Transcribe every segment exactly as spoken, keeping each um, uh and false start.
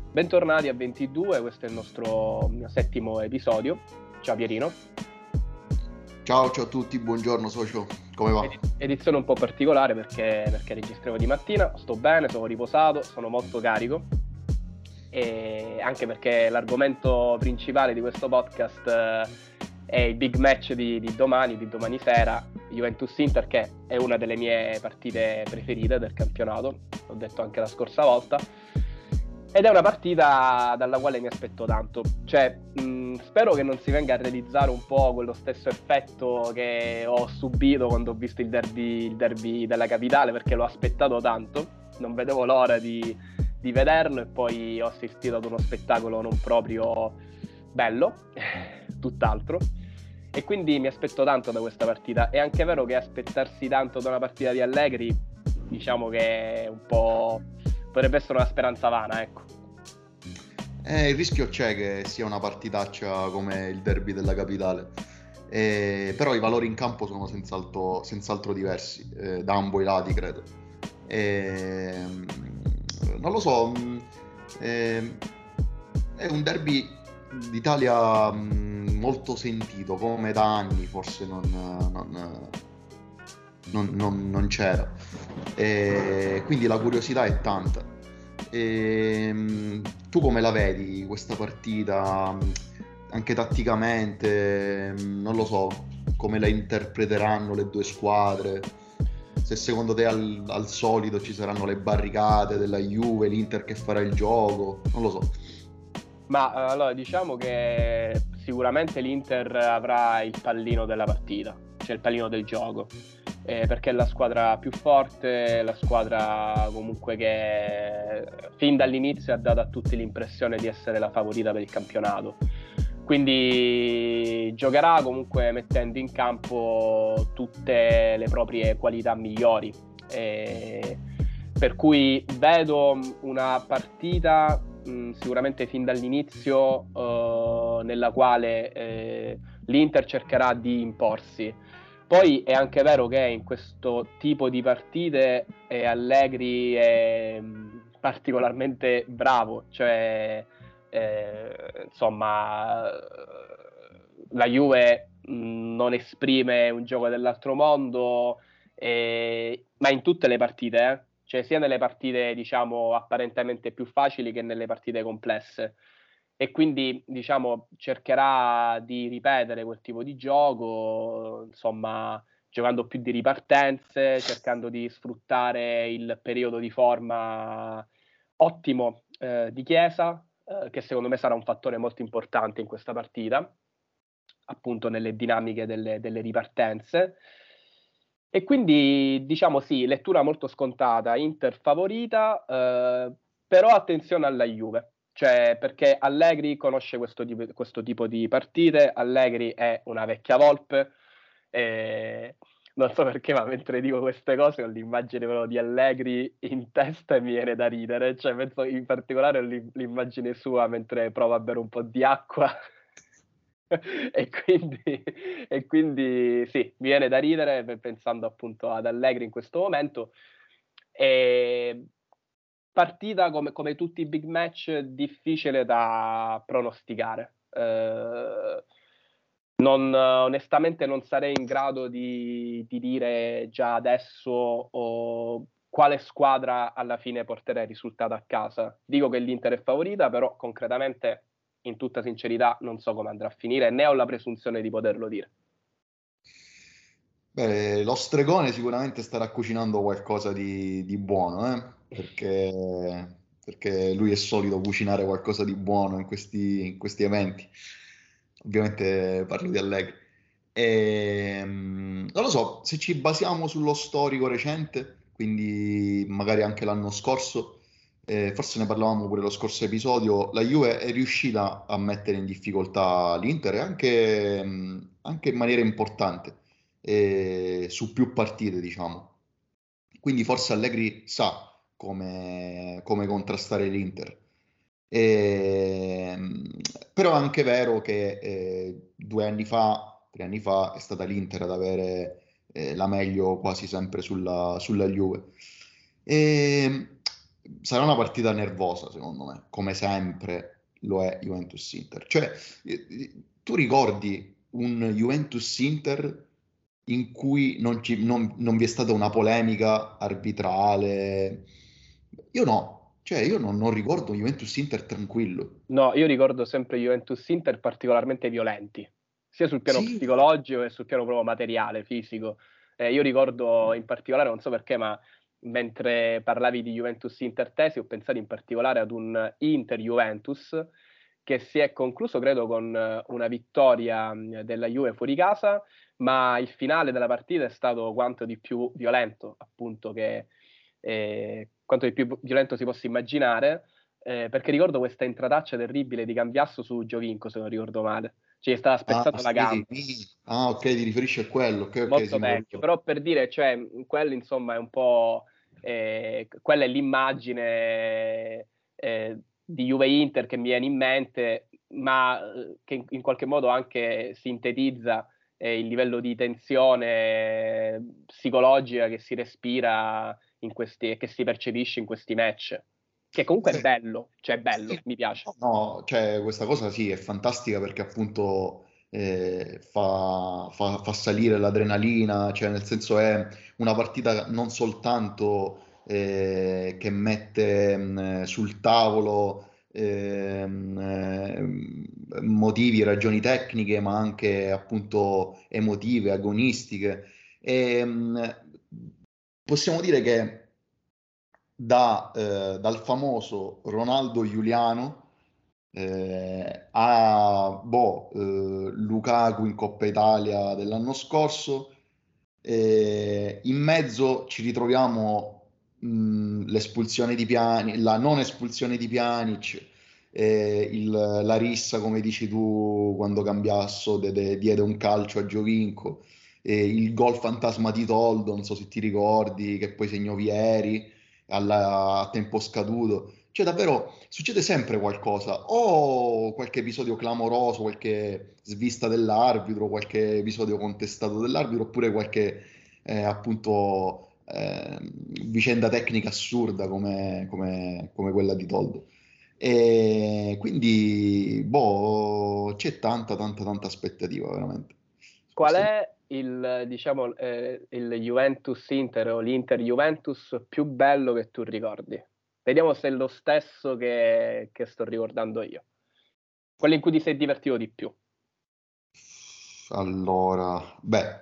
Bentornati a ventidue, questo è il nostro mio settimo episodio. Ciao Pierino. Ciao, ciao a tutti, buongiorno socio, come va? Edi- edizione un po' particolare perché, perché registriamo di mattina, sto bene, sono riposato, sono molto carico e anche perché l'argomento principale di questo podcast eh, è il big match di, di domani, di domani sera, Juventus-Inter, che è una delle mie partite preferite del campionato, l'ho detto anche la scorsa volta. Ed è una partita dalla quale mi aspetto tanto, cioè mh, spero che non si venga a realizzare un po' quello stesso effetto che ho subito quando ho visto il derby, il derby della capitale, perché l'ho aspettato tanto, non vedevo l'ora di, di vederlo e poi ho assistito ad uno spettacolo non proprio bello, tutt'altro. E quindi mi aspetto tanto da questa partita. È anche vero che aspettarsi tanto da una partita di Allegri, diciamo che è un po'... potrebbe essere una speranza vana, ecco. Eh, il rischio c'è che sia una partitaccia come il derby della capitale, Eh, però i valori in campo sono senz'altro, senz'altro diversi, eh, da ambo i lati credo. Eh, Non lo so, mh, eh, è un derby d'Italia mh, molto sentito, come da anni forse non, non- non- non- non c'era. E quindi la curiosità è tanta. E, tu come la vedi questa partita, anche tatticamente, non lo so, come la interpreteranno le due squadre? Se secondo te al, al solito ci saranno le barricate della Juve, l'Inter che farà il gioco, non lo so. Ma eh, allora diciamo che sicuramente l'Inter avrà il pallino della partita, cioè il pallino del gioco, eh, perché è la squadra più forte, la squadra comunque che fin dall'inizio ha dato a tutti l'impressione di essere la favorita per il campionato. Quindi giocherà comunque mettendo in campo tutte le proprie qualità migliori. Eh, per cui vedo una partita mh, sicuramente fin dall'inizio eh, nella quale eh, l'Inter cercherà di imporsi. Poi è anche vero che in questo tipo di partite eh, Allegri è mh, particolarmente bravo, cioè eh, insomma la Juve mh, non esprime un gioco dell'altro mondo, eh, ma in tutte le partite, eh? Cioè sia nelle partite diciamo apparentemente più facili che nelle partite complesse, e quindi diciamo cercherà di ripetere quel tipo di gioco, insomma giocando più di ripartenze, cercando di sfruttare il periodo di forma ottimo eh, di Chiesa, eh, che secondo me sarà un fattore molto importante in questa partita, appunto nelle dinamiche delle, delle ripartenze. E quindi diciamo sì, lettura molto scontata, Inter favorita, eh, però attenzione alla Juve, cioè perché Allegri conosce questo tipo, questo tipo di partite, Allegri è una vecchia volpe, e non so perché, ma mentre dico queste cose ho l'immagine proprio di Allegri in testa e mi viene da ridere, cioè penso in particolare all'immagine sua mentre prova a bere un po' di acqua e quindi, e quindi sì, mi viene da ridere pensando appunto ad Allegri in questo momento. E partita come, come tutti i big match difficile da pronosticare. Eh, non, onestamente non sarei in grado di, di dire già adesso oh, quale squadra alla fine porterà il risultato a casa. Dico che l'Inter è favorita, però concretamente, in tutta sincerità, non so come andrà a finire, né ho la presunzione di poterlo dire. Beh, lo stregone sicuramente starà cucinando qualcosa di, di buono, eh? Perché, perché lui è solito cucinare qualcosa di buono in questi, in questi eventi. Ovviamente parlo di Allegri. E, mm, non lo so, se ci basiamo sullo storico recente, quindi magari anche l'anno scorso, eh, forse ne parlavamo pure lo scorso episodio, la Juve è riuscita a mettere in difficoltà l'Inter e anche, mm, anche in maniera importante eh, su più partite, diciamo. Quindi forse Allegri sa come, come contrastare l'Inter. Ehm, Però è anche vero che eh, due anni fa, tre anni fa, è stata l'Inter ad avere eh, la meglio quasi sempre sulla, sulla Juve. E sarà una partita nervosa, secondo me, come sempre lo è Juventus-Inter. Cioè, tu ricordi un Juventus-Inter in cui non, ci, non, non vi è stata una polemica arbitrale? Io no, cioè io non, non ricordo un Juventus-Inter tranquillo. No, io ricordo sempre Juventus-Inter particolarmente violenti, sia sul piano Sì, psicologico che sul piano proprio materiale, fisico. Eh, io ricordo in particolare, non so perché, ma mentre parlavi di Juventus-Inter tesi, ho pensato in particolare ad un Inter-Juventus che si è concluso, credo, con eh, una vittoria mh, della Juve fuori casa, ma il finale della partita è stato quanto di più violento, appunto, che eh, quanto di più violento si possa immaginare, eh, perché ricordo questa intrataccia terribile di Cambiasso su Giovinco, se non ricordo male. Cioè, gli stava ah, spezzando la sì, gamba, sì. Ah, ok, ti riferisci a quello, ok, ok, molto sì, me lo vecchio, ricordo. però per dire, cioè, quello insomma è un po', eh, quella è l'immagine eh, di Juve Inter che mi viene in mente, ma eh, che in, in qualche modo anche sintetizza eh, il livello di tensione eh, psicologica che si respira in questi, che si percepisce in questi match, che comunque è Beh, bello, cioè è bello, sì, mi piace. no, cioè questa cosa sì, è fantastica perché appunto eh, fa, fa- fa salire l'adrenalina, cioè nel senso è una partita non soltanto eh, che mette mh, sul tavolo ehm, eh, motivi, ragioni tecniche, ma anche appunto emotive, agonistiche. E, mh, possiamo dire che da, eh, dal famoso Ronaldo Giuliano eh, a boh, eh, Lukaku in Coppa Italia dell'anno scorso. Eh, in mezzo ci ritroviamo mh, l'espulsione di Pjanic, la non espulsione di Pjanic, eh, il- la rissa, come dici tu, quando Cambiasso de- diede un calcio a Giovinco, eh, il gol fantasma di Toldo, non so se ti ricordi, che poi segnò Vieri alla- a tempo scaduto. Cioè, davvero succede sempre qualcosa, o qualche episodio clamoroso, qualche svista dell'arbitro, qualche episodio contestato dell'arbitro, oppure qualche eh, appunto eh, vicenda tecnica assurda come, come- come quella di Toldo. E quindi, boh, c'è tanta, tanta, tanta aspettativa veramente su Qual questo. è il, diciamo, eh, il Juventus-Inter o l'Inter-Juventus più bello che tu ricordi? Vediamo se è lo stesso che, che sto ricordando io. Quello in cui ti sei divertito di più. Allora, beh.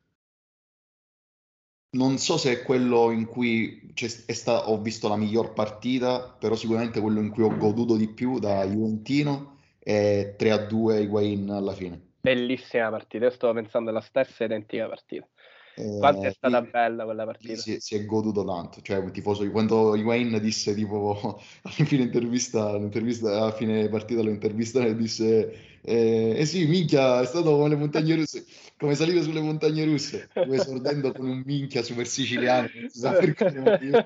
Non so se è quello in cui c'è- è sta- ho visto la miglior partita, però sicuramente quello in cui ho goduto di più da Juventino è tre a due Higuain alla fine. Bellissima partita. Io stavo pensando alla stessa identica partita. Quanto è Eh, stata lì, bella quella lì partita? si, è si è goduto tanto, cioè un tifoso, quando Higuain disse tipo alla fine intervista, l'intervista- alla fine partita lo intervistano e disse eh, eh sì, minchia, è stato come le montagne russe, come salire sulle montagne russe, lui esordendo con un minchia super siciliano, non si sa per quale motivo.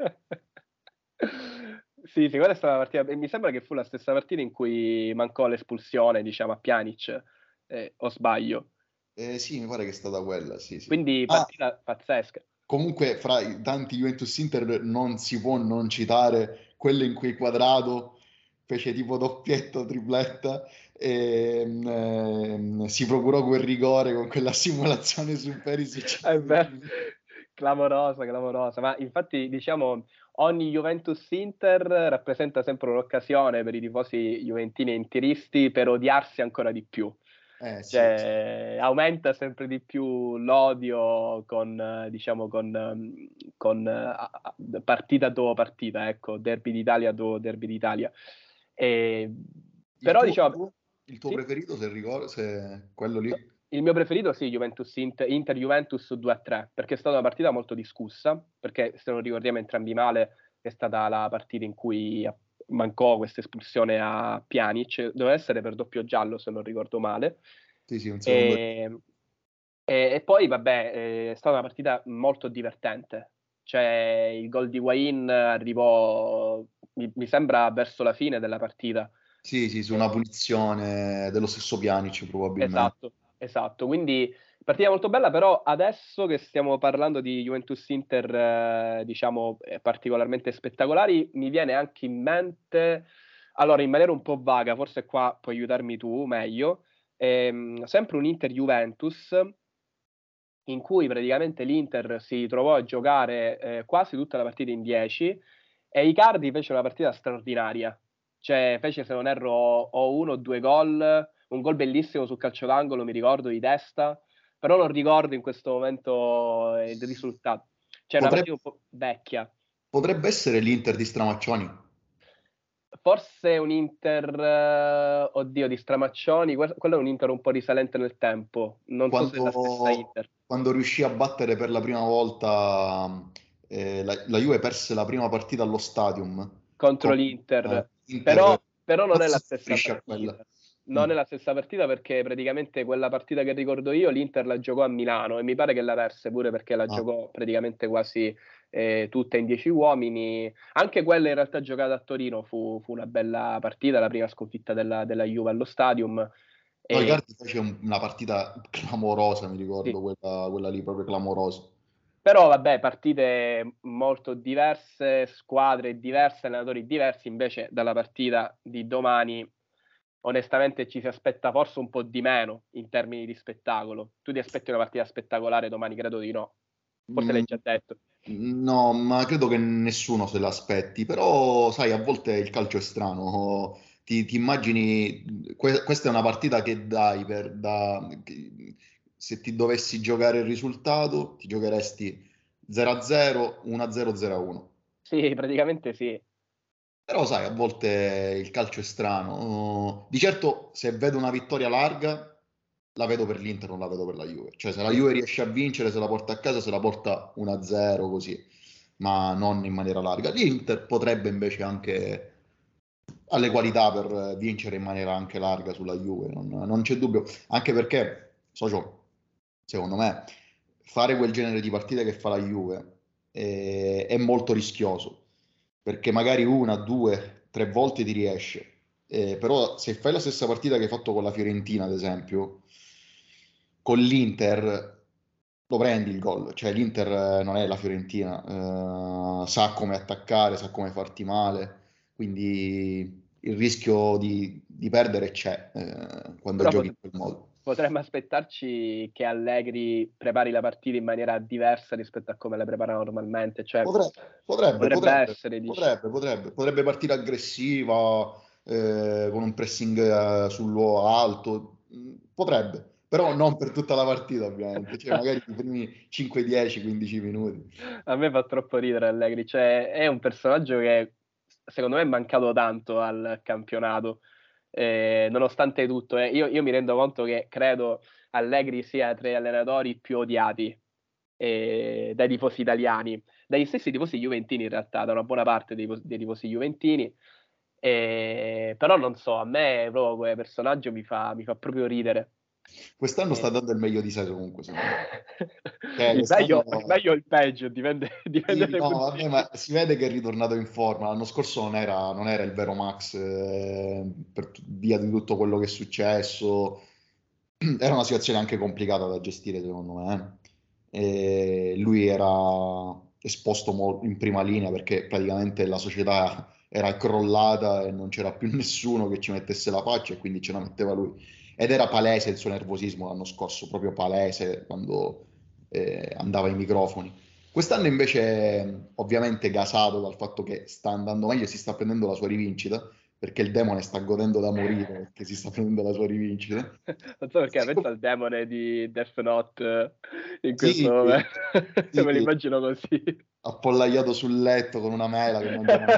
Sì, sì, quella è stata una partita. E mi sembra che fu la stessa partita in cui mancò l'espulsione, diciamo, a Pjanic, eh, o sbaglio. Eh, sì, mi pare che è stata quella, sì, sì. Quindi Ah, partita pazzesca. comunque fra i tanti Juventus Inter non si può non citare quello in cui Quadrado fece tipo doppietta, tripletta e ehm, si procurò quel rigore con quella simulazione su Perisic. È vero, clamorosa, clamorosa. Ma infatti, diciamo, ogni Juventus-Inter rappresenta sempre un'occasione per i tifosi juventini e interisti per odiarsi ancora di più. Eh sì, sì. Cioè, aumenta sempre di più l'odio con, eh, diciamo, con, ehm, con, eh, a- a- partita dopo partita, ecco, derby d'Italia dopo derby d'Italia. E, Il però, tuo, il diciamo, tuo, il tuo sì? preferito, se ricordi, se è quello lì? No, il mio preferito sì, Juventus Inter, Inter-Juventus due a tre, perché è stata una partita molto discussa, perché se non ricordiamo entrambi male è stata la partita in cui mancò questa espulsione a Pjanic, doveva essere per doppio giallo se non ricordo male. Sì, sì, un secondo. E, e- e poi vabbè, eh, è stata una partita molto divertente, cioè il gol di Higuain arrivò, mi, mi sembra, verso la fine della partita. Sì, sì, su una Eh, punizione dello stesso Pjanic probabilmente. Esatto, esatto. Quindi Partita molto bella, però adesso che stiamo parlando di Juventus-Inter, eh, diciamo, eh, particolarmente spettacolari, mi viene anche in mente, allora in maniera un po' vaga, forse qua puoi aiutarmi tu meglio, ehm, sempre un Inter-Juventus, in cui praticamente l'Inter si trovò a giocare eh, quasi tutta la partita in dieci e Icardi fece una partita straordinaria. Cioè, fece, se non erro, o uno o due gol, un gol bellissimo sul calcio d'angolo, mi ricordo, di testa, però non ricordo in questo momento eh, il risultato. Cioè, una Potrebbe, partita un po' vecchia. potrebbe essere l'Inter di Stramaccioni. Forse un Inter, eh, oddio, di Stramaccioni, que- quello è un Inter un po' risalente nel tempo. Non so se è la stessa Quando, Inter. quando riuscì a battere per la prima volta, eh, la, la Juve perse la prima partita allo Stadium Contro con eh, l'Inter, Inter, però, però non è la forse si stessa riferisce a quella. partita. Mm. Non è la stessa partita perché praticamente quella partita che ricordo io, l'Inter la giocò a Milano e mi pare che la perse pure perché la Ah, giocò praticamente quasi eh, tutta in dieci uomini. Anche quella in realtà giocata a Torino fu, fu una bella partita, la prima sconfitta della, della Juve allo Stadium. no, E, Icardi fece un- una partita clamorosa, mi sì. ricordo, quella, quella lì proprio clamorosa. Però vabbè, partite molto diverse, squadre diverse, allenatori diversi, invece dalla partita di domani onestamente ci si aspetta forse un po' di meno in termini di spettacolo. Tu ti aspetti una partita spettacolare domani? Credo di no. Forse Mm, l'hai già detto. no, ma credo che nessuno se l'aspetti, però sai, a volte il calcio è strano. Ti, ti immagini, que- questa è una partita che dai per da, che- se ti dovessi giocare il risultato, ti giocheresti zero a zero, uno a zero, zero a uno. Sì, praticamente sì. Però sai, a volte il calcio è strano. Di certo, se vedo una vittoria larga, la vedo per l'Inter, non la vedo per la Juve. Cioè, se la Sì. Juve riesce a vincere, se la porta a casa, se la porta uno a zero, così, ma non in maniera larga. L'Inter potrebbe invece anche ha le qualità per vincere in maniera anche larga sulla Juve, non, non c'è dubbio. Anche perché, socio, secondo me, fare quel genere di partite che fa la Juve è, è molto rischioso, perché magari una, due, tre volte ti riesce. Eh, però se fai la stessa partita che hai fatto con la Fiorentina, ad esempio, con l'Inter lo prendi il gol, cioè l'Inter eh, non è la Fiorentina, eh, sa come attaccare, sa come farti male, quindi il rischio di, di perdere c'è eh, quando Però giochi pot- in quel modo. potremmo aspettarci che Allegri prepari la partita in maniera diversa rispetto a come la prepara normalmente. Cioè, Potrebbe, potrebbe, potrebbe potrebbe, essere, dici. potrebbe, potrebbe, potrebbe partire aggressiva, eh, con un pressing eh, sullo alto, mm, potrebbe, però non per tutta la partita ovviamente, cioè magari i primi cinque, dieci, quindici minuti. A me fa troppo ridere Allegri, cioè è un personaggio che secondo me è mancato tanto al campionato, eh, nonostante tutto. eh. Io, io mi rendo conto che credo Allegri sia tra gli allenatori più odiati eh, dai tifosi italiani, dagli stessi tifosi juventini in realtà, da una buona parte dei, dei tifosi juventini. Eh, però non so, a me proprio quel personaggio mi fa, mi fa proprio ridere. Quest'anno sta Eh, dando il meglio di sé comunque, secondo me. Cioè, il quest'anno meglio, il meglio o il peggio, dipende, dipende sì, dai no, punti vabbè, di ma vista. si vede che è ritornato in forma. L'anno scorso non era, non era il vero Max, eh, per t- via di tutto quello che è successo. Era una situazione anche complicata da gestire, secondo me. eh. E lui era esposto mo- in prima linea perché praticamente la società era crollata e non c'era più nessuno che ci mettesse la faccia e quindi ce la metteva lui. Ed era palese il suo nervosismo l'anno scorso, proprio palese quando eh, andava ai microfoni. Quest'anno invece, ovviamente gasato dal fatto che sta andando meglio e si sta prendendo la sua rivincita, perché il demone sta godendo da morire, perché si sta prendendo la sua rivincita. Non so perché penso al demone di Death Note eh, in questo Sì, momento. Me sì, l'immagino così. appollaiato sul letto con una mela che mangiava.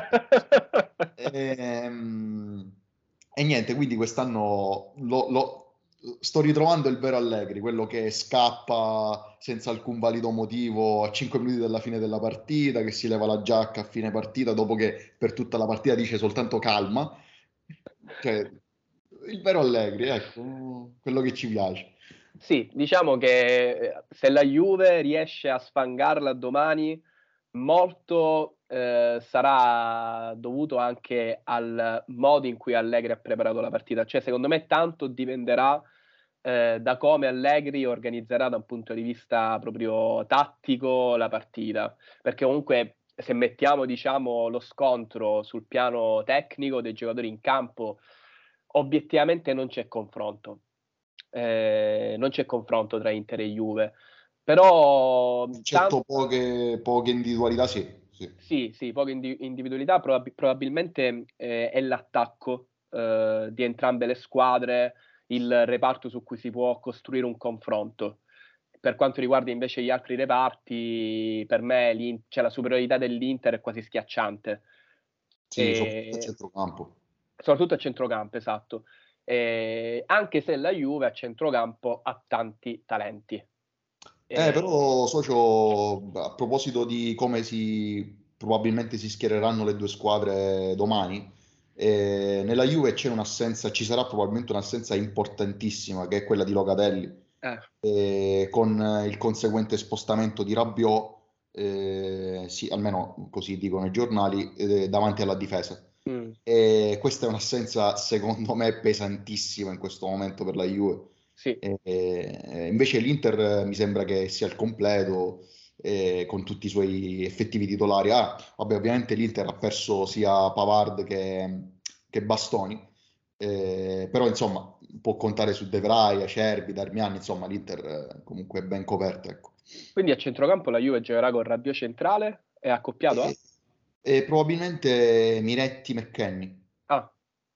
Ehm, E, niente, quindi quest'anno lo, lo- sto ritrovando il vero Allegri, quello che scappa senza alcun valido motivo a cinque minuti dalla fine della partita, che si leva la giacca a fine partita dopo che per tutta la partita dice soltanto calma. Cioè, il vero Allegri, ecco, quello che ci piace. Sì, diciamo che eh, se la Juve riesce a sfangarla domani, molto eh, sarà dovuto anche al modo in cui Allegri ha preparato la partita. Cioè, secondo me, tanto dipenderà eh, da come Allegri organizzerà da un punto di vista proprio tattico la partita, perché comunque se mettiamo, diciamo, lo scontro sul piano tecnico dei giocatori in campo, obiettivamente non c'è confronto. Eh, non c'è confronto tra Inter e Juve, però Eccetto tanto, poche, poche individualità, sì, sì. sì, sì, poche indi- individualità, probab- probabilmente eh, è l'attacco eh, di entrambe le squadre, il reparto su cui si può costruire un confronto. Per quanto riguarda invece gli altri reparti, per me l'In- cioè, la superiorità dell'Inter è quasi schiacciante. Sì, soprattutto a E centrocampo. soprattutto a centrocampo, esatto. Eh, anche se la Juve a centrocampo ha tanti talenti. Eh, Eh, però, socio, a proposito di come si probabilmente si schiereranno le due squadre domani, eh, nella Juve c'è un'assenza, ci sarà probabilmente un'assenza importantissima, che è quella di Locatelli, eh, eh, con eh, il conseguente spostamento di Rabiot, eh, sì, almeno così dicono i giornali, eh, davanti alla difesa. mm, E questa è un'assenza, secondo me, pesantissima in questo momento per la Juve. sì. E- e invece l'Inter eh, mi sembra che sia al completo eh, con tutti i suoi effettivi titolari. Ah, vabbè, ovviamente l'Inter ha perso sia Pavard che, che Bastoni, eh, però insomma può contare su De Vrij, Acerbi, Darmian, insomma l'Inter eh, comunque è ben coperta, ecco. Quindi a centrocampo la Juve giocherà con Rabiot centrale e accoppiato E, a? e probabilmente Miretti, McKennie. Ah,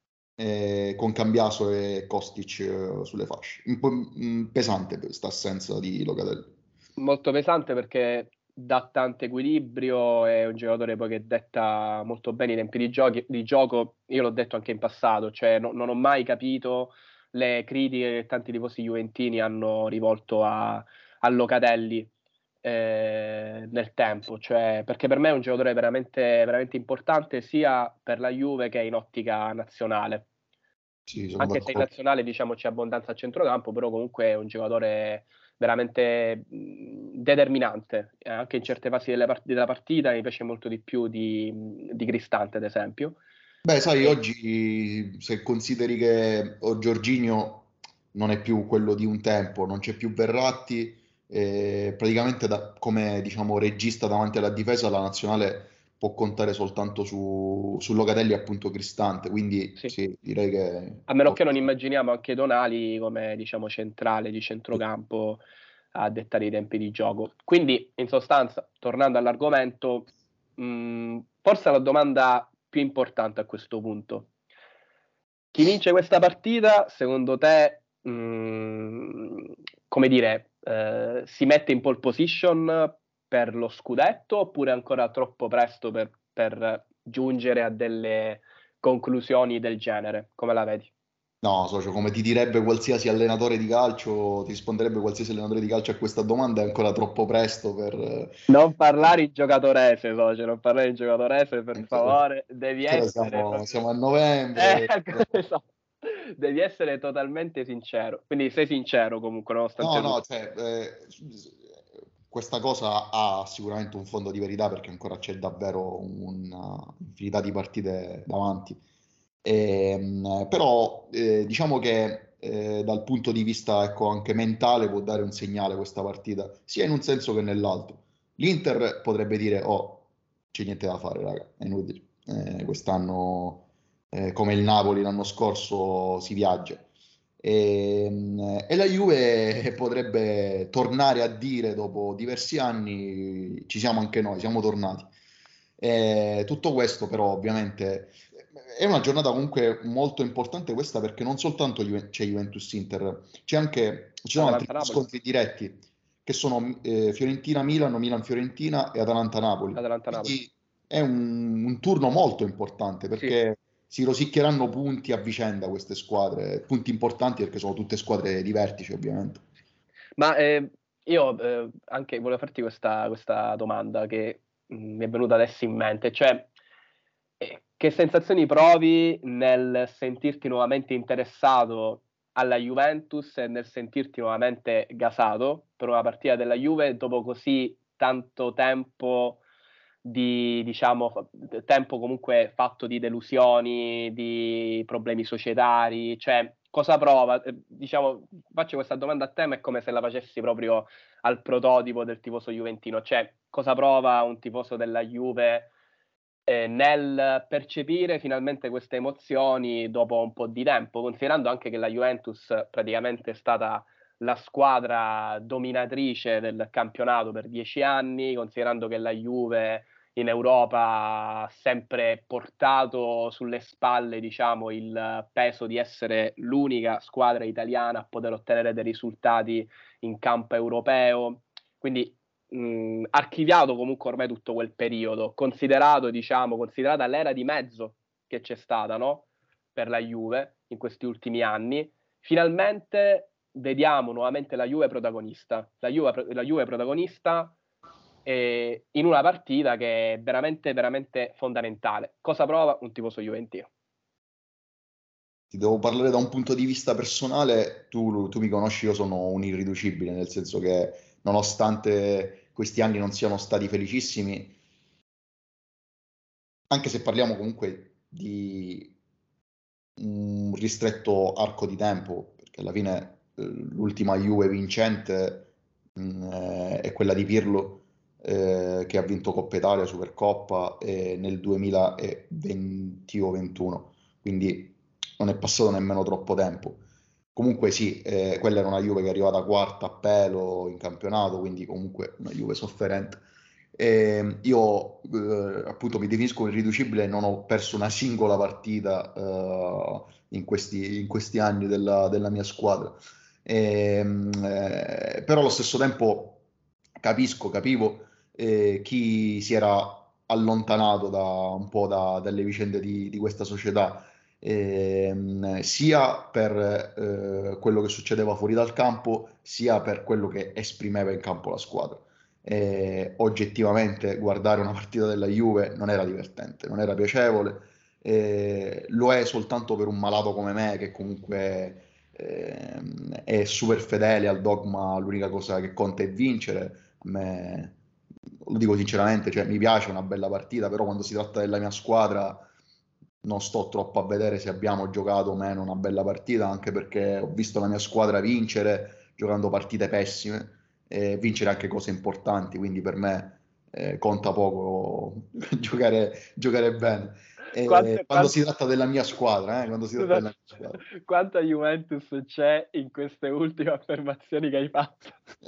eh, con Cambiaso e Kostic eh, sulle fasce. Un po' mm, pesante questa assenza di Locatelli. molto pesante perché dà tanto equilibrio, è un giocatore poi che detta molto bene i tempi di, giochi- di gioco, io l'ho detto anche in passato, cioè no- non ho mai capito le critiche che tanti tifosi juventini hanno rivolto a, a Locatelli eh, nel tempo, cioè, perché per me è un giocatore veramente, veramente importante sia per la Juve che in ottica nazionale. Sì, sono Anche se in d'accordo. nazionale diciamo c'è abbondanza a centrocampo, però comunque è un giocatore veramente mh, determinante, eh, anche in certe fasi delle part- della partita mi piace molto di più di, di Cristante, ad esempio. Beh, sai, E- oggi se consideri che oh, Jorginho non è più quello di un tempo, non c'è più Verratti, eh, praticamente da- come diciamo regista davanti alla difesa la nazionale può contare soltanto su, su Locatelli e appunto Cristante, quindi sì. sì, direi che A meno può- che non immaginiamo anche Tonali come diciamo centrale di centrocampo a dettare i tempi di gioco. Quindi, in sostanza, tornando all'argomento, mh, forse la domanda più importante a questo punto. Chi vince questa partita, secondo te, mh, come dire, eh, si mette in pole position per lo scudetto oppure è ancora troppo presto per, per giungere a delle conclusioni del genere? Come la vedi? No, socio, come ti direbbe qualsiasi allenatore di calcio, ti risponderebbe qualsiasi allenatore di calcio a questa domanda, è ancora troppo presto per... eh, Non parlare in giocatorese, socio, non parlare in giocatorese, per ancora, favore. Devi ancora essere siamo, proprio... siamo a Eh, novembre. esatto. Devi essere totalmente sincero. Quindi sei sincero comunque, No, nonostante no, tutto. cioè, eh, questa cosa ha sicuramente un fondo di verità perché ancora c'è davvero un'infinità di partite davanti. Ehm, però eh, diciamo che eh, dal punto di vista ecco, anche mentale può dare un segnale questa partita, sia in un senso che nell'altro. L'Inter potrebbe dire, oh, c'è niente da fare, raga, è inutile. Eh, quest'anno, eh, come il Napoli l'anno scorso, si viaggia. E, e la Juve potrebbe tornare a dire dopo diversi anni ci siamo anche noi, siamo tornati. E tutto questo però ovviamente è una giornata comunque molto importante questa perché non soltanto Juve- c'è Juventus-Inter, c'è anche, ci sono altri due Atalanta-Napoli. scontri diretti che sono eh, Fiorentina-Milano, Milan-Fiorentina e Atalanta-Napoli. Atalanta-Napoli. Quindi è un, un turno molto importante Sì. perché si rosicchieranno punti a vicenda queste squadre, punti importanti perché sono tutte squadre di vertice ovviamente. Ma eh, io eh, anche volevo farti questa, questa domanda che mh, mi è venuta adesso in mente, cioè eh, che sensazioni provi nel sentirti nuovamente interessato alla Juventus e nel sentirti nuovamente gasato per una partita della Juve dopo così tanto tempo di, diciamo, tempo comunque fatto di delusioni, di problemi societari, cioè cosa prova? Diciamo, faccio questa domanda a te, ma è come se la facessi proprio al prototipo del tifoso juventino, cioè cosa prova un tifoso della Juve eh, nel percepire finalmente queste emozioni dopo un po' di tempo, considerando anche che la Juventus praticamente è stata la squadra dominatrice del campionato per dieci anni, considerando che la Juve in Europa ha sempre portato sulle spalle, diciamo, il peso di essere l'unica squadra italiana a poter ottenere dei risultati in campo europeo. Quindi mh, archiviato comunque ormai tutto quel periodo, considerato, diciamo, considerata l'era di mezzo che c'è stata, no? Per la Juve in questi ultimi anni, finalmente vediamo nuovamente la Juve protagonista. La Juve, la Juve protagonista eh, in una partita che è veramente, veramente fondamentale. Cosa prova un tifoso juventino? Ti devo parlare da un punto di vista personale, tu, tu mi conosci, io sono un irriducibile, nel senso che nonostante questi anni non siano stati felicissimi, anche se parliamo comunque di un ristretto arco di tempo, perché alla fine eh, l'ultima Juve vincente mh, eh, è quella di Pirlo, eh, che ha vinto Coppa Italia, Supercoppa eh, nel duemilaventi o ventuno, quindi non è passato nemmeno troppo tempo. Comunque sì, eh, quella era una Juve che è arrivata quarta a pelo in campionato, quindi comunque una Juve sofferente. E io eh, appunto mi definisco irriducibile, non ho perso una singola partita eh, in questi, in questi anni della, della mia squadra. E, eh, però allo stesso tempo capisco, capivo eh, chi si era allontanato da un po' da- dalle vicende di, di questa società, ehm, sia per eh, quello che succedeva fuori dal campo, sia per quello che esprimeva in campo la squadra. E oggettivamente guardare una partita della Juve non era divertente, non era piacevole, eh, lo è soltanto per un malato come me che comunque ehm, è super fedele al dogma, l'unica cosa che conta è vincere. A me, lo dico sinceramente, cioè, mi piace una bella partita, però quando si tratta della mia squadra non sto troppo a vedere se abbiamo giocato o meno una bella partita, anche perché ho visto la mia squadra vincere giocando partite pessime e vincere anche cose importanti, quindi per me eh, conta poco giocare, giocare bene. Quanto, E quando quanto, si tratta della mia squadra, eh, quando si tratta scusa, della mia squadra. quanta Juventus c'è in queste ultime affermazioni che hai fatto?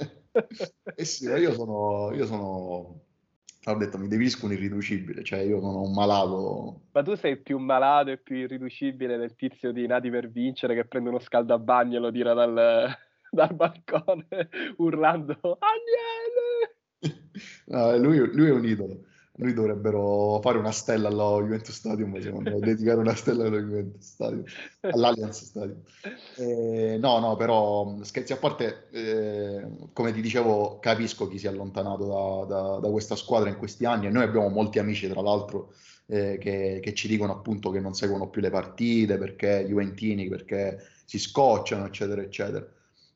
Eh sì, ma io sono, io sono, ho detto, mi definisco un irriducibile, cioè io sono un malato. Ma tu sei più malato e più irriducibile del tizio di Nati per vincere che prende uno scaldabagno e lo tira dal, dal balcone urlando Agnelli! No, lui, lui è un idolo. Lui dovrebbero fare una stella allo Juventus Stadium, secondo me, dedicare una stella allo Juventus Stadium, all'Allianz Stadium. Eh, no, no, però scherzi a parte, eh, come ti dicevo, capisco chi si è allontanato da, da- da questa squadra in questi anni e noi abbiamo molti amici, tra l'altro, eh, che, che ci dicono appunto che non seguono più le partite perché Juventini, perché si scocciano, eccetera, eccetera.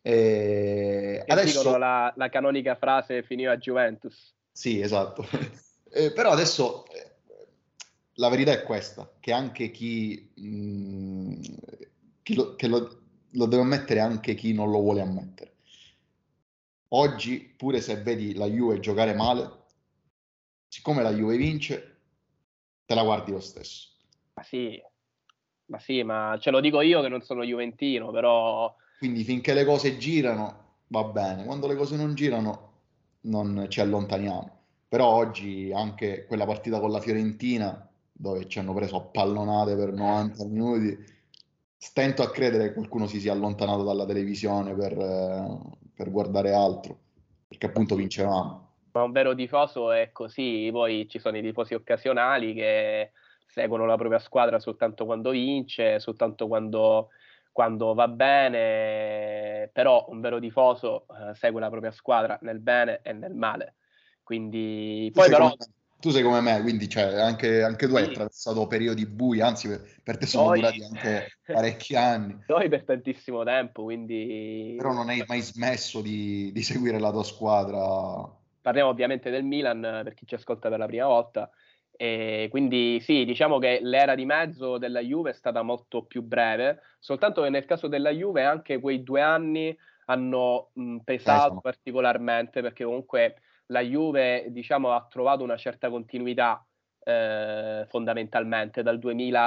E Che dicono adesso la, la canonica frase finiva a Juventus. sì, esatto. Eh, però adesso eh, la verità è questa, che anche chi, mh, chi lo, che lo, lo deve ammettere anche chi non lo vuole ammettere. Oggi, pure se vedi la Juve giocare male, siccome la Juve vince, te la guardi lo stesso. Ma sì, ma sì, ma ce lo dico io che non sono juventino, però Quindi finché le cose girano, va bene. Quando le cose non girano, non ci allontaniamo. Però oggi anche quella partita con la Fiorentina, dove ci hanno preso a pallonate per novanta minuti, stento a credere che qualcuno si sia allontanato dalla televisione per, eh, per guardare altro, perché ma appunto sì. vincevamo. Ma un vero tifoso è così, poi ci sono i tifosi occasionali che seguono la propria squadra soltanto quando vince, soltanto quando, quando va bene, però un vero tifoso eh, segue la propria squadra nel bene e nel male. Quindi, Tu poi sei però, come me, tu sei come me, quindi cioè, anche, anche tu hai sì, attraversato periodi bui, anzi per, per te sono noi, durati anche parecchi anni. noi per tantissimo tempo, quindi Però non hai mai smesso di, di seguire la tua squadra. parliamo ovviamente del Milan per chi ci ascolta per la prima volta. E quindi sì, diciamo che l'era di mezzo della Juve è stata molto più breve, soltanto che nel caso della Juve anche quei due anni hanno mh, pesato Pesano. particolarmente, perché comunque la Juve, diciamo, ha trovato una certa continuità eh, fondamentalmente dal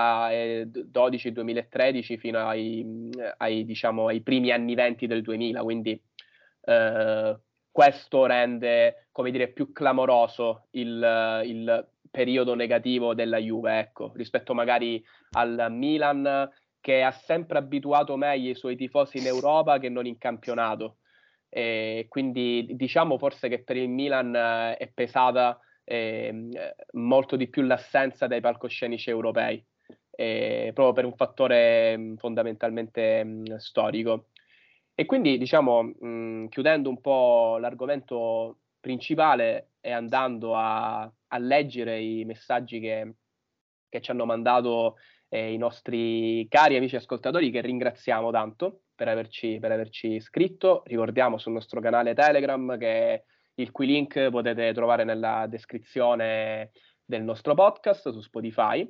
duemiladodici-duemilatredici fino ai, ai, diciamo, ai primi anni venti del duemila, quindi eh, questo rende, come dire, più clamoroso il, il periodo negativo della Juve, ecco, rispetto magari al Milan, che ha sempre abituato meglio i suoi tifosi in Europa che non in campionato. E quindi diciamo forse che per il Milan eh, è pesata eh, molto di più l'assenza dai palcoscenici europei, eh, proprio per un fattore mh, fondamentalmente mh, storico. E quindi, diciamo, mh, chiudendo un po' l'argomento principale e andando a, a leggere i messaggi che, che ci hanno mandato eh, i nostri cari amici ascoltatori, che ringraziamo tanto per averci, per averci iscritto. Ricordiamo sul nostro canale Telegram, che il cui link potete trovare nella descrizione del nostro podcast su Spotify.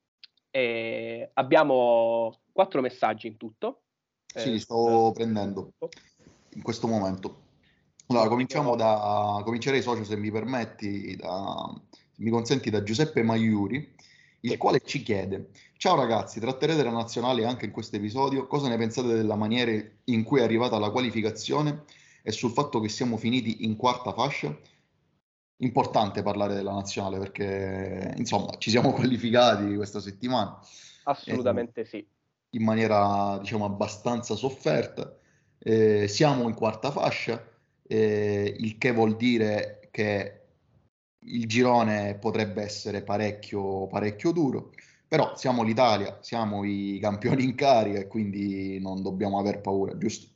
E abbiamo quattro messaggi in tutto. Sì, Eh, li sul- sto prendendo in questo momento. Allora, il cominciamo primo, da, comincerei, socio, se mi permetti, da, se mi consenti, da Giuseppe Maiuri, il sì. quale ci chiede: Ciao ragazzi, tratterete la nazionale anche in questo episodio. Cosa ne pensate della maniera in cui è arrivata la qualificazione e sul fatto che siamo finiti in quarta fascia? Importante parlare della nazionale perché, insomma, ci siamo qualificati questa settimana eh, Assolutamente sì. in maniera, diciamo, abbastanza sofferta. Eh, siamo in quarta fascia, eh, il che vuol dire che il girone potrebbe essere parecchio, parecchio duro, però siamo l'Italia, siamo i campioni in carica e quindi non dobbiamo aver paura, giusto?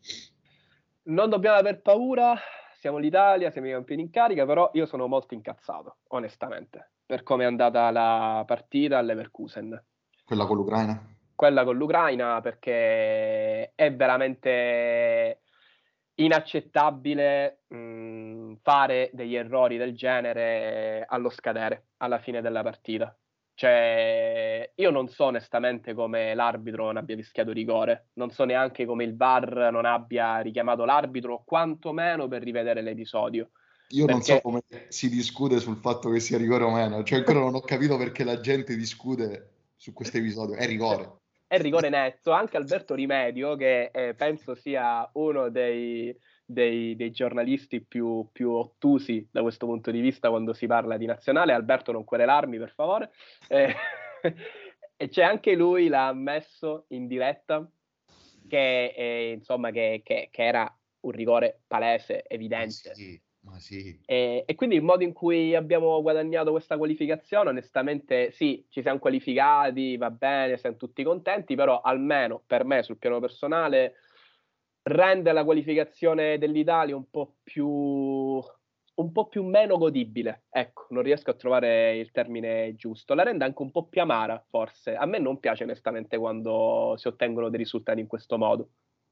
Non dobbiamo aver paura, siamo l'Italia, siamo i campioni in carica, però io sono molto incazzato, onestamente, per come è andata la partita al Leverkusen. Quella con l'Ucraina. Quella con l'Ucraina, perché è veramente inaccettabile mh, fare degli errori del genere allo scadere, alla fine della partita. Cioè, io non so onestamente come l'arbitro non abbia fischiato rigore, non so neanche come il V A R non abbia richiamato l'arbitro, quantomeno per rivedere l'episodio. Io non so Perché come si discute sul fatto che sia rigore o meno, cioè ancora non ho capito perché la gente discute su questo episodio. È rigore. è rigore netto. Anche Alberto Rimedio, che eh, penso sia uno dei, dei- dei giornalisti più, più ottusi da questo punto di vista quando si parla di nazionale. Alberto, non querelarmi, per favore. Eh, e c'è anche lui, l'ha ammesso in diretta, che, eh, insomma, che, che- che era un rigore palese, Ma evidente. sì, ma sì. E, e quindi il modo in cui abbiamo guadagnato questa qualificazione, onestamente, sì, ci siamo qualificati, va bene, siamo tutti contenti, però almeno per me, sul piano personale, rende la qualificazione dell'Italia un po' più, un po' più meno godibile. Ecco, non riesco a trovare il termine giusto. La rende anche un po' più amara, forse. A me non piace onestamente quando si ottengono dei risultati in questo modo.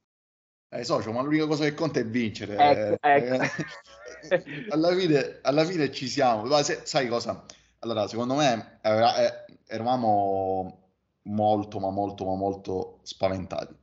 Eh, socio, ma l'unica cosa che conta è Ecco, vincere. ecco. Eh, alla fine, alla fine ci siamo. Ma se- sai cosa? Allora, secondo me era- eh, eravamo molto, ma molto, ma molto spaventati.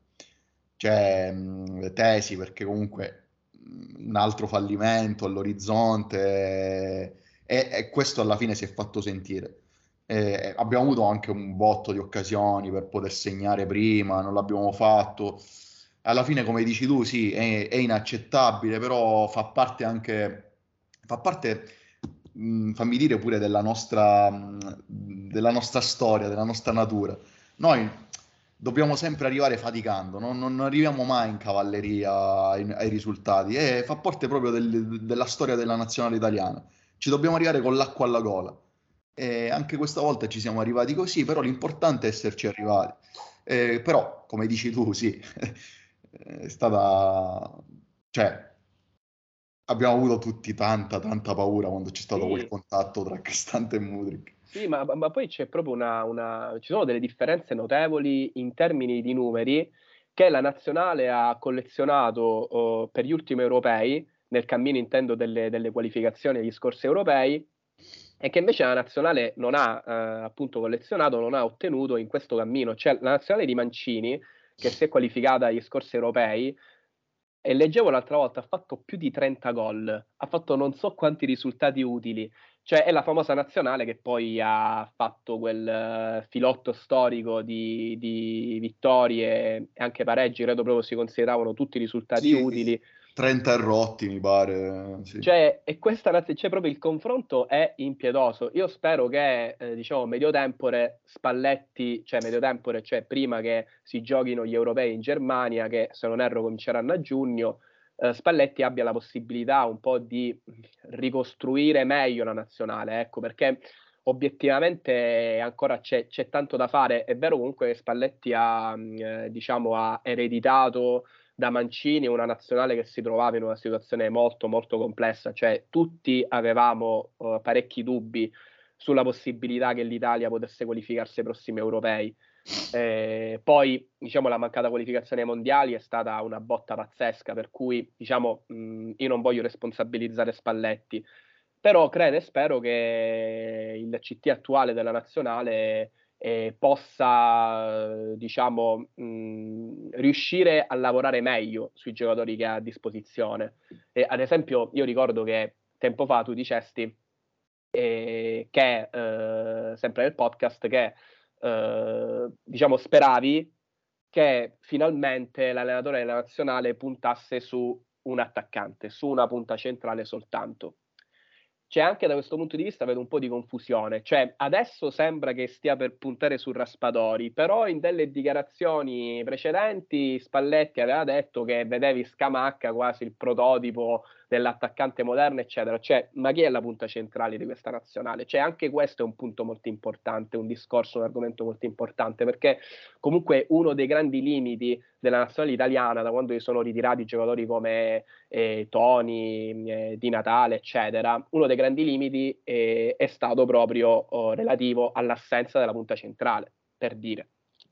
Cioè, mh, tesi perché comunque mh, un altro fallimento all'orizzonte eh, e, e questo alla fine si è fatto sentire. Eh, abbiamo avuto anche un botto di occasioni per poter segnare prima, non l'abbiamo fatto. Alla fine, come dici tu, sì, è, è inaccettabile, però fa parte anche, fa parte, mh, fammi dire pure della nostra, mh, della nostra storia, della nostra natura. Noi dobbiamo sempre arrivare faticando, no? Non, non arriviamo mai in cavalleria ai, ai risultati e fa parte proprio del- della storia della nazionale italiana. Ci dobbiamo arrivare con l'acqua alla gola. E anche questa volta ci siamo arrivati così, però l'importante è esserci arrivati. Eh, però, come dici tu, sì, è stata... cioè, abbiamo avuto tutti tanta, tanta paura quando c'è stato quel Sì, contatto tra Cristante e Mudryk. sì, ma, ma- ma poi c'è proprio una, una- ci sono delle differenze notevoli in termini di numeri che la nazionale ha collezionato oh, per gli ultimi europei, nel cammino intendo delle, delle qualificazioni agli scorsi europei, e che invece la nazionale non ha eh, appunto collezionato, non ha ottenuto in questo cammino. Cioè la nazionale di Mancini, che si è qualificata agli scorsi europei, e leggevo l'altra volta, ha fatto più di trenta gol, ha fatto non so quanti risultati utili, cioè è la famosa nazionale che poi ha fatto quel eh, filotto storico di, di vittorie e anche pareggi, credo proprio si consideravano tutti risultati Sì, utili. trenta rotti mi pare, sì. Cioè, e questa naz- cioè, proprio il confronto è impietoso. Io spero che, eh, diciamo, medio tempore Spalletti, cioè medio tempore, cioè prima che si giochino gli europei in Germania, che se non erro cominceranno a giugno, eh, Spalletti abbia la possibilità un po' di ricostruire meglio la nazionale, ecco, perché obiettivamente ancora c'è, c'è tanto da fare. È vero comunque che Spalletti ha, mh, eh, diciamo, ha ereditato da Mancini una nazionale che si trovava in una situazione molto molto complessa, cioè tutti avevamo uh, parecchi dubbi sulla possibilità che l'Italia potesse qualificarsi ai prossimi europei. Eh, poi diciamo la mancata qualificazione ai mondiali è stata una botta pazzesca, per cui diciamo mh, io non voglio responsabilizzare Spalletti, però credo e spero che il C T attuale della nazionale eh, possa, diciamo, mh, riuscire a lavorare meglio sui giocatori che ha a disposizione. E, ad esempio, io ricordo che tempo fa tu dicesti eh, che, eh, sempre nel podcast, che eh, diciamo speravi che finalmente l'allenatore della nazionale puntasse su un attaccante, su una punta centrale soltanto. C'è anche da questo punto di vista vedo un po' di confusione, cioè adesso sembra che stia per puntare su Raspadori, però in delle dichiarazioni precedenti Spalletti aveva detto che vedevi Scamacca quasi il prototipo dell'attaccante moderno, eccetera. Cioè, ma chi è la punta centrale di questa nazionale? Cioè, anche questo è un punto molto importante, un discorso, un argomento molto importante, perché comunque uno dei grandi limiti della nazionale italiana, da quando si sono ritirati giocatori come eh, Toni, eh, Di Natale, eccetera, uno dei grandi limiti eh, è stato proprio oh, relativo all'assenza della punta centrale, per dire.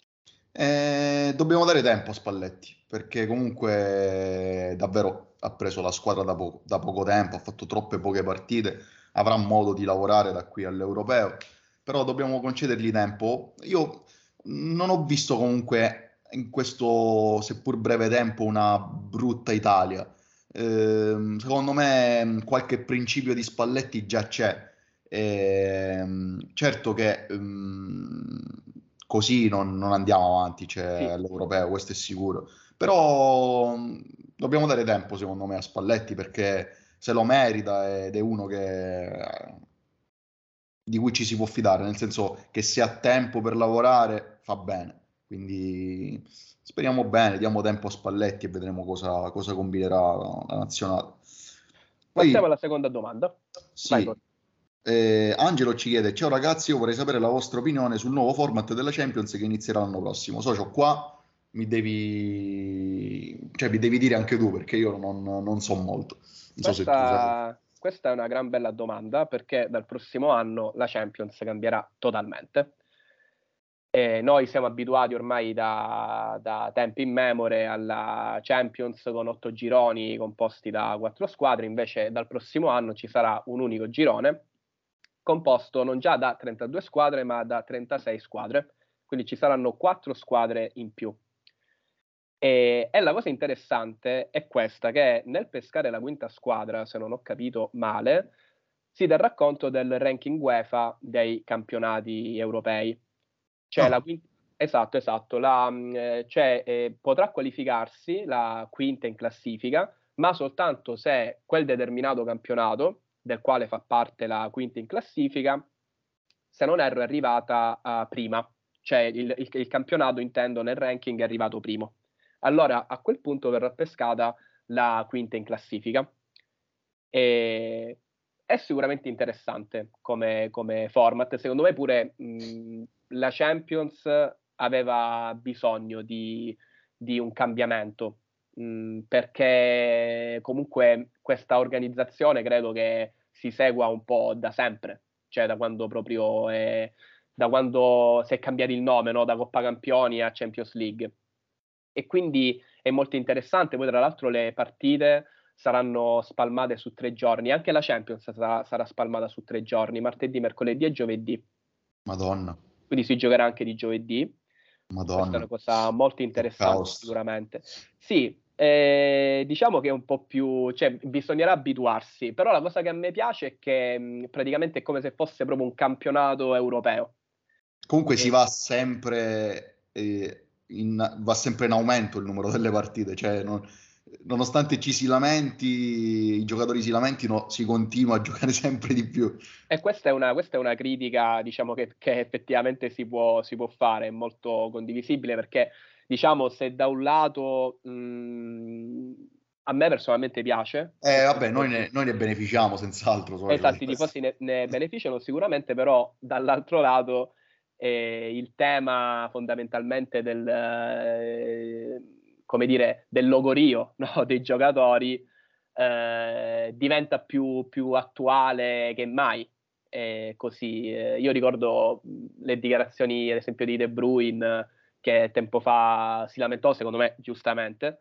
Eh, dobbiamo dare tempo a Spalletti, perché comunque davvero ha preso la squadra da poco, da poco tempo, ha fatto troppe poche partite, avrà modo di lavorare da qui all'Europeo, però dobbiamo concedergli tempo. Io non ho visto comunque in questo seppur breve tempo una brutta Italia. Ehm, secondo me qualche principio di Spalletti già c'è. Ehm, certo che ehm, così non, non andiamo avanti, cioè, Sì, all'Europeo, questo è sicuro. Però mh, dobbiamo dare tempo, secondo me, a Spalletti perché se lo merita ed è uno che, di cui ci si può fidare, nel senso che se ha tempo per lavorare fa bene. Quindi speriamo bene, diamo tempo a Spalletti e vedremo cosa, cosa combinerà la nazionale. passiamo Poi alla seconda domanda. Vai, sì, eh, Angelo ci chiede: ciao ragazzi, io vorrei sapere la vostra opinione sul nuovo format della Champions che inizierà l'anno prossimo. Socio, qua mi devi, cioè, mi devi dire anche tu perché io non, non so molto. Non so se tu sai. Questa, questa è una gran bella domanda perché dal prossimo anno la Champions cambierà totalmente. E noi siamo abituati ormai da, da tempi immemore alla Champions con otto gironi composti da quattro squadre, invece dal prossimo anno ci sarà un unico girone composto non già da trentadue squadre ma da trentasei squadre, quindi ci saranno quattro squadre in più. E, e la cosa interessante è questa, che nel pescare la quinta squadra, se non ho capito male, si terrà conto del ranking UEFA dei campionati europei. Cioè la Ah, quinta, esatto, esatto, la, mh, eh, cioè, eh, potrà qualificarsi la quinta in classifica, ma soltanto se quel determinato campionato, del quale fa parte la quinta in classifica, se non erro è arrivata uh, prima, cioè il, il, il campionato intendo nel ranking è arrivato primo. Allora a quel punto verrà pescata la quinta in classifica. E è sicuramente interessante come, come format. Secondo me pure mh, la Champions aveva bisogno di, di un cambiamento, mh, perché comunque questa organizzazione credo che si segua un po' da sempre, cioè da quando proprio è, da quando si è cambiato il nome, no? Da Coppa Campioni a Champions League. E quindi è molto interessante. Poi, tra l'altro, le partite saranno spalmate su tre giorni. Anche la Champions sarà, sarà spalmata su tre giorni, martedì, mercoledì e giovedì. Madonna. Quindi si giocherà anche di giovedì. Madonna. Questa è una cosa molto interessante sicuramente. Sì, eh, diciamo che è un po' più, cioè bisognerà abituarsi, però la cosa che a me piace è che mh, praticamente è come se fosse proprio un campionato europeo. Comunque E... si va sempre, eh, in, va sempre in aumento il numero delle partite, cioè non, nonostante ci si lamenti, i giocatori si lamentino, si continua a giocare sempre di più. E questa è una, questa è una critica, diciamo, che, che effettivamente si può, si può fare, è molto condivisibile, perché, diciamo, se da un lato mh, a me personalmente piace, Eh, perché vabbè, noi ne, noi ne beneficiamo senz'altro, Socio, di esatto, i questo. tifosi ne, ne beneficiano sicuramente, però dall'altro lato eh, il tema fondamentalmente del, eh, come dire, del logorio, no, dei giocatori eh, diventa più, più attuale che mai. Eh, così, eh, io ricordo mh, le dichiarazioni, ad esempio, di De Bruyne, che tempo fa si lamentò, secondo me, giustamente,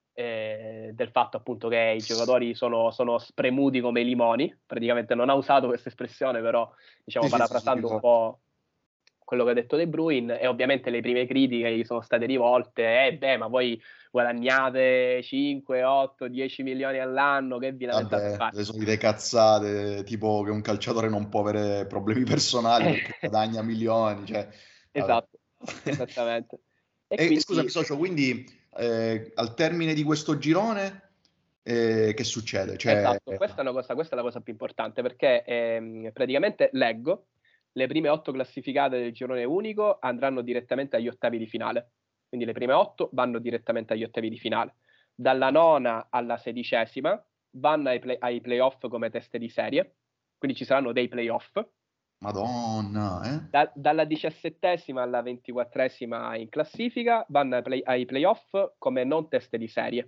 eh, del fatto appunto che i giocatori sono, sono spremuti come i limoni. Praticamente non ha usato questa espressione, però diciamo Sì, sì, sì, sì, parafrasando un ricordo. po' quello che ha detto De Bruyne. E ovviamente le prime critiche gli sono state rivolte: eh beh, ma voi guadagnate cinque, otto, dieci milioni all'anno, che vi lamentate a Vabbè, fare? le solite cazzate, tipo che un calciatore non può avere problemi personali perché guadagna milioni, cioè, vabbè. Esatto, esattamente. E E scusami, quindi socio, quindi eh, al termine di questo girone, eh, che succede? Cioè, esatto, questa è una cosa, questa è la cosa più importante, perché ehm, praticamente leggo le prime otto classificate del girone unico andranno direttamente agli ottavi di finale. Quindi le prime otto vanno direttamente agli ottavi di finale. Dalla nona alla sedicesima vanno ai, play, ai playoff come teste di serie, quindi ci saranno dei playoff. Madonna, eh? Da, dalla diciassettesima alla ventiquattresima in classifica vanno ai, play, ai playoff come non teste di serie.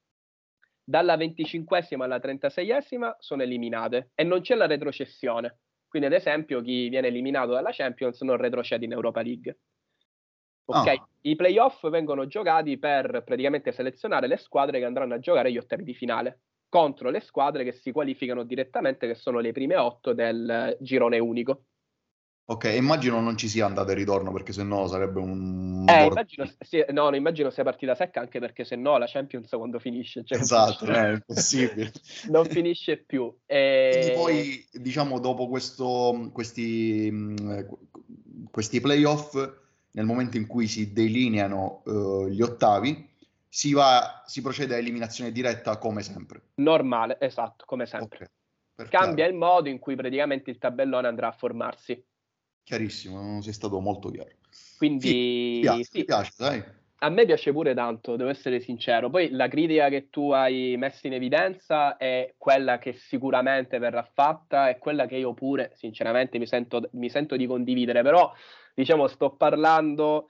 Dalla venticinquesima alla trentaseiesima sono eliminate e non c'è la retrocessione. Quindi, ad esempio, chi viene eliminato dalla Champions non retrocede in Europa League. Ok? Ah, I playoff vengono giocati per praticamente selezionare le squadre che andranno a giocare gli ottavi di finale contro le squadre che si qualificano direttamente, che sono le prime otto del girone unico. ok, immagino non ci sia andata e ritorno perché sennò sarebbe un Eh, bordello. immagino, sì, no, no, immagino sia partita secca, anche perché se no la Champions quando finisce, cioè non Esatto, finisce, è impossibile. non finisce più. Quindi E... poi, diciamo, dopo questo, questi, mh, questi playoff, nel momento in cui si delineano eh, gli ottavi, si va, si procede a eliminazione diretta come sempre. Normale, esatto, come sempre. Ok, per Cambia chiaro. il modo in cui praticamente il tabellone andrà a formarsi. Chiarissimo, non sei stato molto chiaro. Figo, mi Quindi piace, mi sì, piace, dai. a me piace pure tanto, devo essere sincero. Poi la critica che tu hai messo in evidenza è quella che sicuramente verrà fatta, è quella che io pure, sinceramente, mi sento, mi sento di condividere. Però, diciamo, sto parlando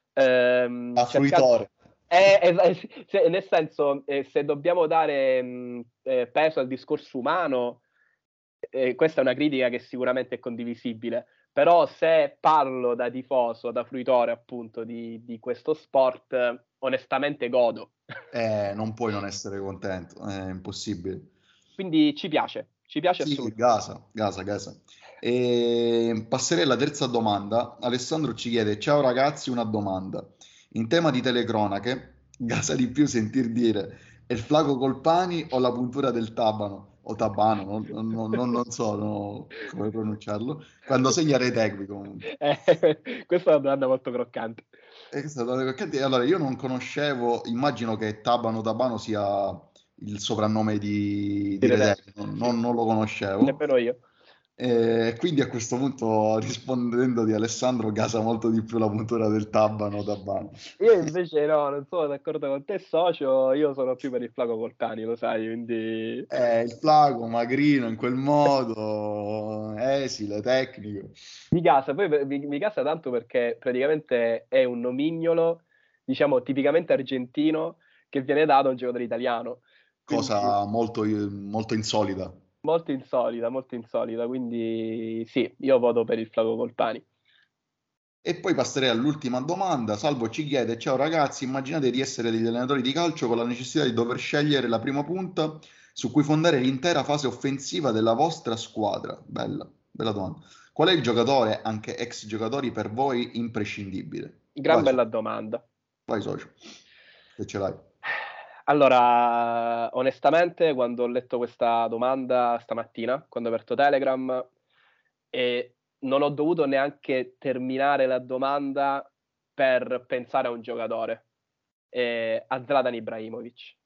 ehm, A cercando... fruitore. eh, eh, se- nel senso, eh, se dobbiamo dare mh, eh, peso al discorso umano, eh, questa è una critica che sicuramente è condivisibile. Però se parlo da tifoso, da fruitore appunto di, di questo sport, eh, onestamente godo. Eh, non puoi non essere contento, è impossibile. Quindi ci piace, ci piace Sì, assolutamente. Gasa, Gasa, Gasa. E passerei alla terza domanda. Alessandro ci chiede: Ciao ragazzi, una domanda. In tema di telecronache, gasa di più sentir dire è il flaco Colpani o la puntura del tabano? O tabano, non, non- non- non so no, come pronunciarlo. Quando segna Rete Equi comunque. Eh, questa è una domanda molto croccante. E questa è una delle croccantine. Allora, io non conoscevo, immagino che Tabano Tabano sia il soprannome di, di Direte, Rete Equi, non sì, non- non lo conoscevo. nemmeno io. E quindi a questo punto, rispondendo di Alessandro, gasa molto di più la puntura del Tabano Tabano. Io invece no, non sono d'accordo con te, socio, io sono più per il flaco Colpani, lo sai, quindi... Eh, il flaco, magrino, in quel modo, esile, tecnico. Mi casa, poi mi, mi casa tanto perché praticamente è un nomignolo, diciamo, tipicamente argentino che viene dato a un giocatore italiano. Quindi Cosa molto, molto insolita. molto insolita, molto insolita. Quindi sì, io voto per il Flaco Colpani. E poi passerei all'ultima domanda. Salvo ci chiede: Ciao ragazzi, immaginate di essere degli allenatori di calcio con la necessità di dover scegliere la prima punta su cui fondare l'intera fase offensiva della vostra squadra. Bella, bella domanda. Qual è il giocatore, anche ex giocatori, per voi imprescindibile? Gran Vai, so- bella domanda. vai socio, se ce l'hai. Allora, onestamente, quando ho letto questa domanda stamattina, quando ho aperto Telegram, e non ho dovuto neanche terminare la domanda per pensare a un giocatore, eh, a Zlatan Ibrahimovic.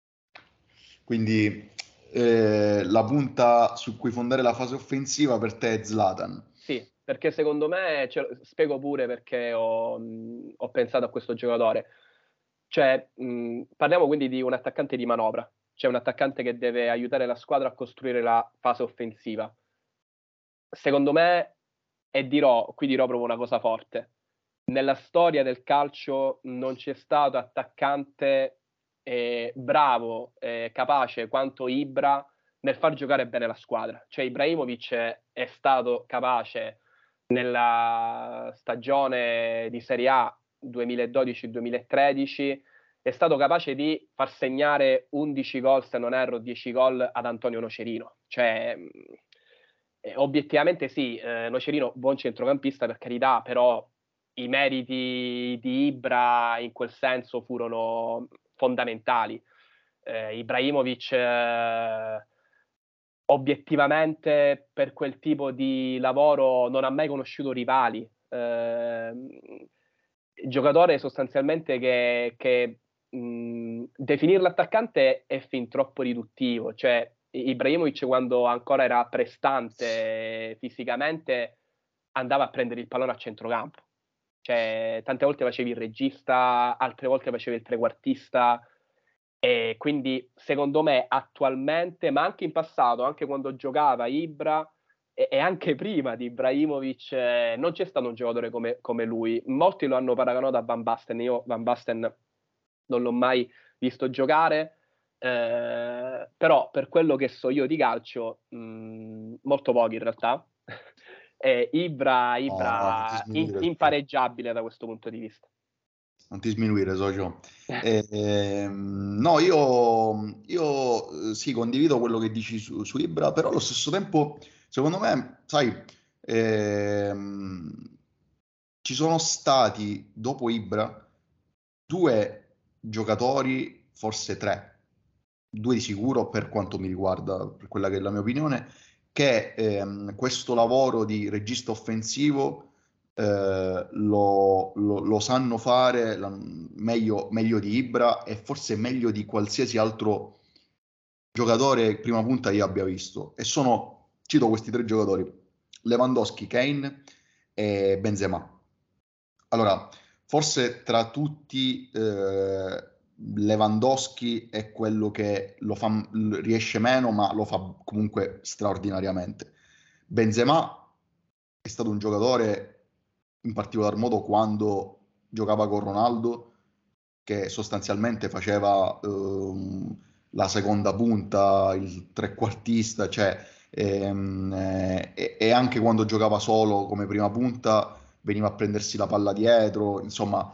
Quindi eh, la punta su cui fondare la fase offensiva per te è Zlatan. Sì, perché secondo me, cioè, spiego pure perché ho, mh, ho pensato a questo giocatore. Cioè, mh, parliamo quindi di un attaccante di manovra, cioè un attaccante che deve aiutare la squadra a costruire la fase offensiva. Secondo me, e dirò, qui dirò proprio una cosa forte, nella storia del calcio non c'è stato attaccante eh, bravo, eh, capace quanto Ibra nel far giocare bene la squadra. Cioè Ibrahimovic è stato capace nella stagione di Serie A duemiladodici duemilatredici, è stato capace di far segnare undici gol, se non erro dieci gol ad Antonio Nocerino. Cioè, mh, eh, obiettivamente sì, eh, Nocerino buon centrocampista per carità, però i meriti di Ibra in quel senso furono fondamentali. Eh, Ibrahimovic eh, obiettivamente per quel tipo di lavoro non ha mai conosciuto rivali. Eh, giocatore sostanzialmente che, che mh, definirlo attaccante è fin troppo riduttivo. Cioè, Ibrahimovic quando ancora era prestante fisicamente andava a prendere il pallone a centrocampo. Cioè, tante volte facevi il regista, altre volte facevi il trequartista. E quindi, secondo me, attualmente, ma anche in passato, anche quando giocava Ibra e, e anche prima di Ibrahimovic, eh, non c'è stato un giocatore come, come lui. Molti lo hanno paragonato a Van Basten. Io Van Basten non l'ho mai visto giocare, eh, però per quello che so io di calcio, mh, molto pochi in realtà. E Ibra, No, no, non ti Ibra in- sminuire, socio. impareggiabile da questo punto di vista. Non ti sminuire, socio. Eh, ehm, no, io, io eh, sì, condivido quello che dici su, su Ibra, però allo stesso tempo, secondo me, sai, ehm, ci sono stati dopo Ibra due giocatori, forse tre, due di sicuro per quanto mi riguarda, per quella che è la mia opinione, che ehm, questo lavoro di regista offensivo eh, lo, lo- lo sanno fare la- meglio, meglio di Ibra e forse meglio di qualsiasi altro giocatore prima punta io abbia visto. E sono, cito questi tre giocatori, Lewandowski, Kane e Benzema. Allora, forse tra tutti eh, Lewandowski è quello che lo fa, l- riesce meno, ma lo fa comunque straordinariamente. Benzema è stato un giocatore, in particolar modo quando giocava con Ronaldo, che sostanzialmente faceva ehm, la seconda punta, il trequartista, cioè, ehm, eh, e, e anche quando giocava solo come prima punta veniva a prendersi la palla dietro, insomma,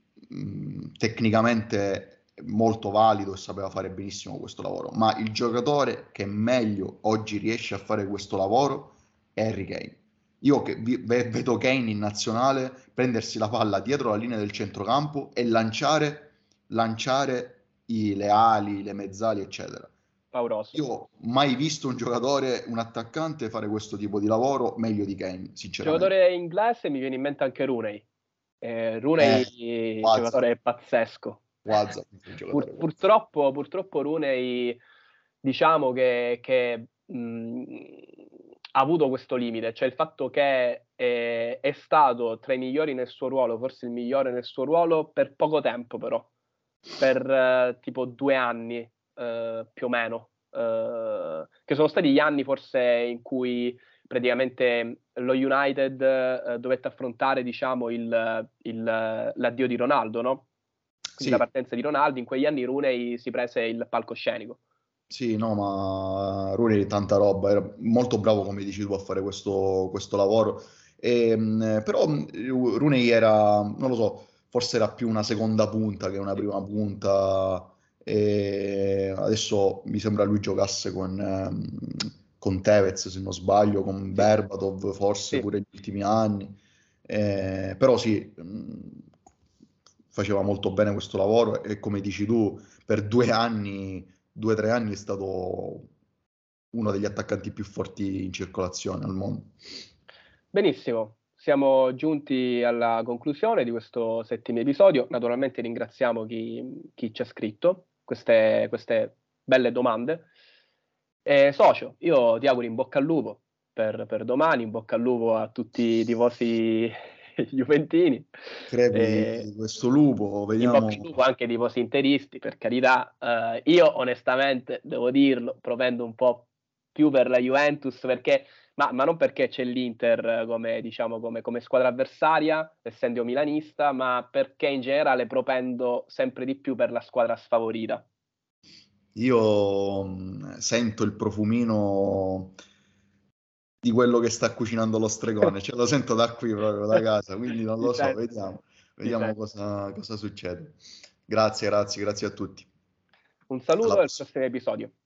mh, tecnicamente molto valido e sapeva fare benissimo questo lavoro. Ma il giocatore che meglio oggi riesce a fare questo lavoro è Harry Kane. Io che vi- ve- vedo Kane in nazionale prendersi la palla dietro la linea del centrocampo e lanciare, lanciare i, le ali, le mezzali, eccetera. Pauroso. Io ho mai visto un giocatore, un attaccante fare questo tipo di lavoro meglio di Kane, sinceramente. Giocatore inglese mi viene in mente anche Rooney. Eh, Eh, Rooney, WhatsApp, giocatore pazzesco. WhatsApp, un Pur- giocatore WhatsApp. purtroppo, purtroppo Rooney, diciamo che, che, mh, ha avuto questo limite, cioè il fatto che è, è stato tra i migliori nel suo ruolo, forse il migliore nel suo ruolo, per poco tempo però, per eh, tipo due anni eh, più o meno, eh, che sono stati gli anni forse in cui praticamente lo United eh, dovette affrontare, diciamo, il, il, l'addio di Ronaldo, no? Quindi la Sì, partenza di Ronaldo, in quegli anni Rooney si prese il palcoscenico. sì, no, ma Rooney è tanta roba, era molto bravo, come dici tu, a fare questo, questo lavoro. E, mh, però mh, Rooney era, non lo so, forse era più una seconda punta che una Sì. prima punta. e adesso mi sembra lui giocasse con, ehm, con Tevez, se non sbaglio, con Sì, Berbatov forse sì. pure negli ultimi anni. Eh, però sì, mh, faceva molto bene questo lavoro e come dici tu, per due anni, due o tre anni è stato uno degli attaccanti più forti in circolazione al mondo. Benissimo, siamo giunti alla conclusione di questo settimo episodio. Naturalmente ringraziamo chi, chi ci ha scritto queste, queste belle domande. E, socio, io ti auguro in bocca al lupo per, per domani, in bocca al lupo a tutti i tifosi juventini. E Crepi questo lupo, in bocca al vediamo. lupo anche ai tifosi interisti, per carità. Eh, io onestamente, devo dirlo, propendo un po' più per la Juventus, perché, ma, ma non perché c'è l'Inter eh, come, diciamo, come, come squadra avversaria, essendo io milanista, ma perché in generale propendo sempre di più per la squadra sfavorita. Io mh, sento il profumino di quello che sta cucinando lo stregone, ce lo sento da qui proprio da casa, quindi non Si lo so, sente, vediamo, si vediamo sente. cosa, cosa succede. Grazie, grazie, grazie a tutti. Un Alla saluto e al prossima. prossimo episodio.